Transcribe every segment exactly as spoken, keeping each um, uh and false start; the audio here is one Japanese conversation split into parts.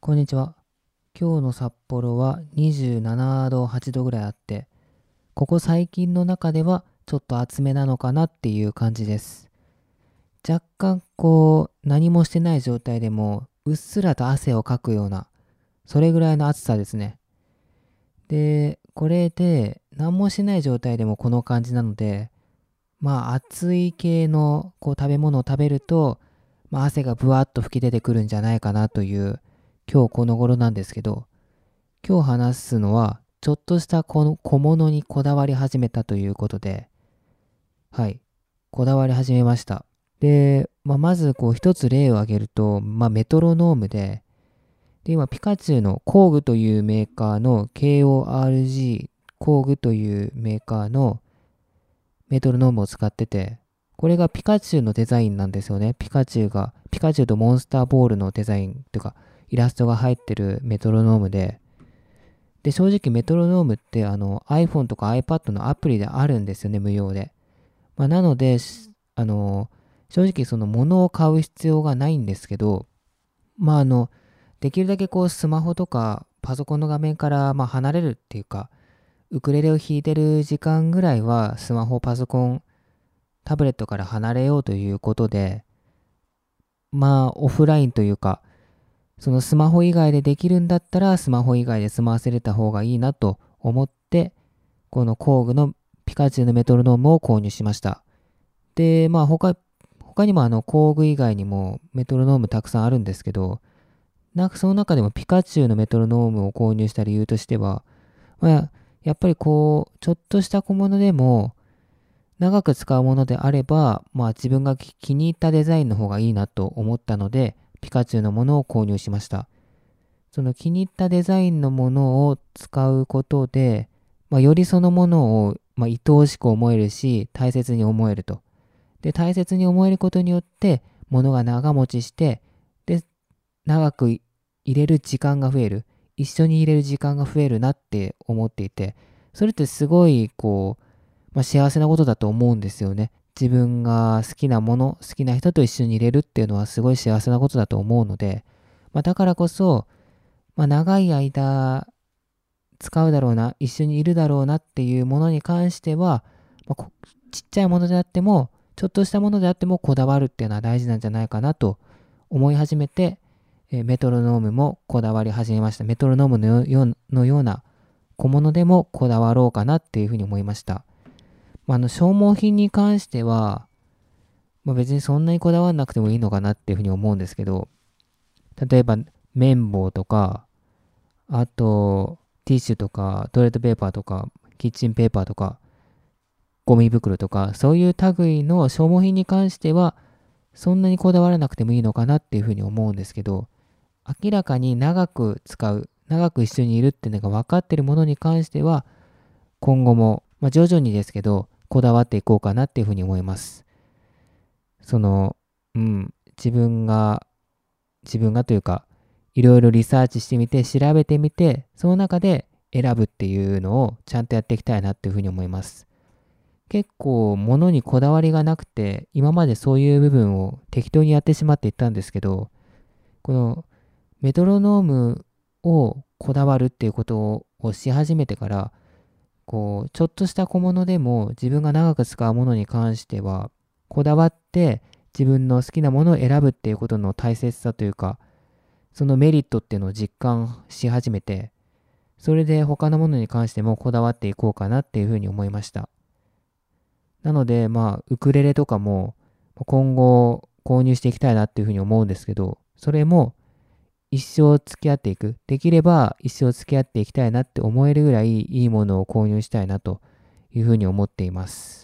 こんにちは。今日の札幌はにじゅうななど、はちどぐらいあって、ここ最近の中ではちょっと暑めなのかなっていう感じです。若干こう、何もしてない状態でも、うっすらと汗をかくような、それぐらいの暑さですね。で、これで、何もしない状態でもこの感じなので、まあ暑い系のこう食べ物を食べると、まあ、汗がブワーッと吹き出てくるんじゃないかなという今日この頃なんですけど、今日話すのは、ちょっとしたこの小物にこだわり始めたということで、はい、こだわり始めました。で、まあ、まずこう一つ例を挙げると、まあ、メトロノームで、で、今ピカチュウの工具というメーカーの ケーオーアールジー 工具というメーカーのメトロノームを使ってて、これがピカチュウのデザインなんですよね。ピカチュウが、ピカチュウとモンスターボールのデザインというか、イラストが入ってるメトロノームで、で、正直メトロノームってあの iPhone とか iPad のアプリであるんですよね、無料で。まあ、なので、あの、正直その物を買う必要がないんですけど、まああの、できるだけこうスマホとかパソコンの画面からまあ離れるっていうか、ウクレレを弾いてる時間ぐらいはスマホ、パソコン、タブレットから離れようということで、まあオフラインというか、そのスマホ以外でできるんだったらスマホ以外で済ませれた方がいいなと思って、この工具のピカチュウのメトロノームを購入しました。で、まあ他、他にもあの工具以外にもメトロノームたくさんあるんですけど、なんかその中でもピカチュウのメトロノームを購入した理由としては、まあ、やっぱりこう、ちょっとした小物でも長く使うものであれば、まあ自分が気に入ったデザインの方がいいなと思ったので、ピカチュウのものを購入しました。その気に入ったデザインのものを使うことで、まあ、よりそのものを、まあ、愛おしく思えるし、大切に思えると。で、大切に思えることによって、ものが長持ちして、で、長く入れる時間が増える。一緒に入れる時間が増えるなって思っていて、それってすごい、こう、まあ、幸せなことだと思うんですよね。自分が好きなもの、好きな人と一緒に入れるっていうのはすごい幸せなことだと思うので、まあ、だからこそ、まあ、長い間使うだろうな、一緒にいるだろうなっていうものに関しては、まあ、ちっちゃいものであっても、ちょっとしたものであってもこだわるっていうのは大事なんじゃないかなと思い始めて、えーメトロノームもこだわり始めました。メトロノームのよのような小物でもこだわろうかなっていうふうに思いました。まあ、あの消耗品に関しては、まあ、別にそんなにこだわらなくてもいいのかなっていうふうに思うんですけど、例えば綿棒とか、あと、ティッシュとか、トイレットペーパーとか、キッチンペーパーとか、ゴミ袋とか、そういう類の消耗品に関しては、そんなにこだわらなくてもいいのかなっていうふうに思うんですけど、明らかに長く使う、長く一緒にいるっていうのが分かってるものに関しては、今後も、まあ、徐々にですけど、こだわっていこうかなっていうふうに思います。その、うん、自分が、自分がというか、いろいろリサーチしてみて、調べてみて、その中で選ぶっていうのをちゃんとやっていきたいなっていうふうに思います。結構物にこだわりがなくて、今までそういう部分を適当にやってしまっていったんですけど、このメトロノームをこだわるっていうことをし始めてから、こう、ちょっとした小物でも自分が長く使うものに関しては、こだわって自分の好きなものを選ぶっていうことの大切さというか、そのメリットっていうのを実感し始めて、それで他のものに関してもこだわっていこうかなっていうふうに思いました。なので、まあ、ウクレレとかも今後購入していきたいなっていうふうに思うんですけど、それも一生付き合っていく。できれば一生付き合っていきたいなって思えるぐらいいいものを購入したいなというふうに思っています。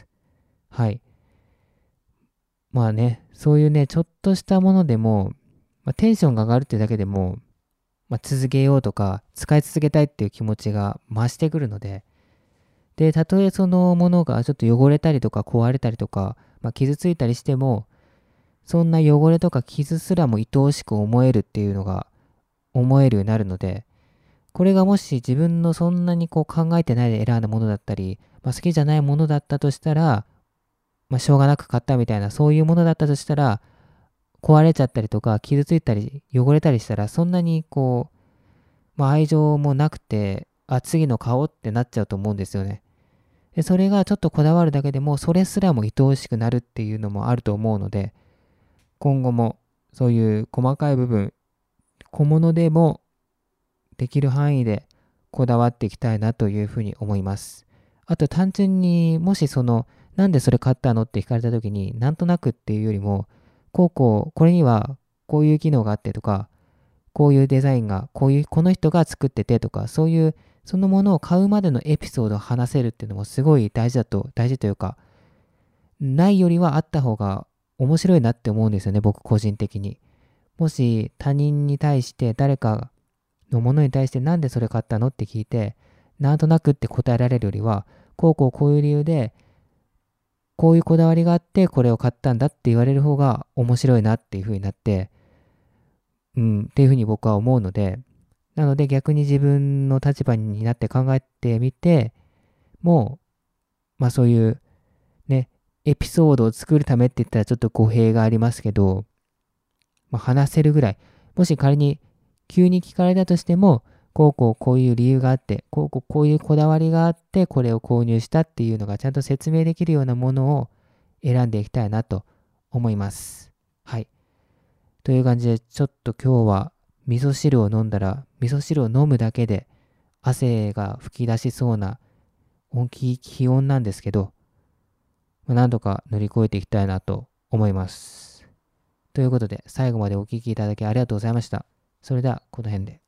はい。まあね、そういうね、ちょっとしたものでも、まあ、テンションが上がるってだけでも、まあ、続けようとか、使い続けたいっていう気持ちが増してくるので、で、たとえそのものがちょっと汚れたりとか壊れたりとか、まあ、傷ついたりしても、そんな汚れとか傷すらも愛おしく思えるっていうのが思えるようになるので、これがもし自分のそんなにこう考えてないで選んだものだったり、まあ、好きじゃないものだったとしたら、まあ、しょうがなく買ったみたいな、そういうものだったとしたら、壊れちゃったりとか、傷ついたり、汚れたりしたら、そんなにこう、 まあ、愛情もなくて、あ、次の顔ってなっちゃうと思うんですよね。で、それがちょっとこだわるだけでも、それすらも愛おしくなるっていうのもあると思うので、今後もそういう細かい部分、小物でもできる範囲でこだわっていきたいなというふうに思います。あと単純にもしそのなんでそれ買ったのって聞かれた時になんとなくっていうよりもこうこうこれにはこういう機能があってとかこういうデザインがこういうこの人が作っててとかそういうそのものを買うまでのエピソードを話せるっていうのもすごい大事だと大事というかないよりはあった方が面白いなって思うんですよね、僕個人的に。もし他人に対して誰かのものに対してなんでそれ買ったのって聞いて、なんとなくって答えられるよりは、こうこうこういう理由で、こういうこだわりがあってこれを買ったんだって言われる方が面白いなっていう風になって、うん、っていう風に僕は思うので、なので逆に自分の立場になって考えてみて、もう、まあそういうね、エピソードを作るためって言ったらちょっと語弊がありますけど、まあ、話せるぐらい、もし仮に急に聞かれたとしても、こうこうこういう理由があって、こうこうこういうこだわりがあって、これを購入したっていうのがちゃんと説明できるようなものを選んでいきたいなと思います。はい。という感じで、ちょっと今日は味噌汁を飲んだら、味噌汁を飲むだけで汗が噴き出しそうな大きい気温なんですけど、まあ、何とか乗り越えていきたいなと思います。ということで、最後までお聞きいただきありがとうございました。それでは、この辺で。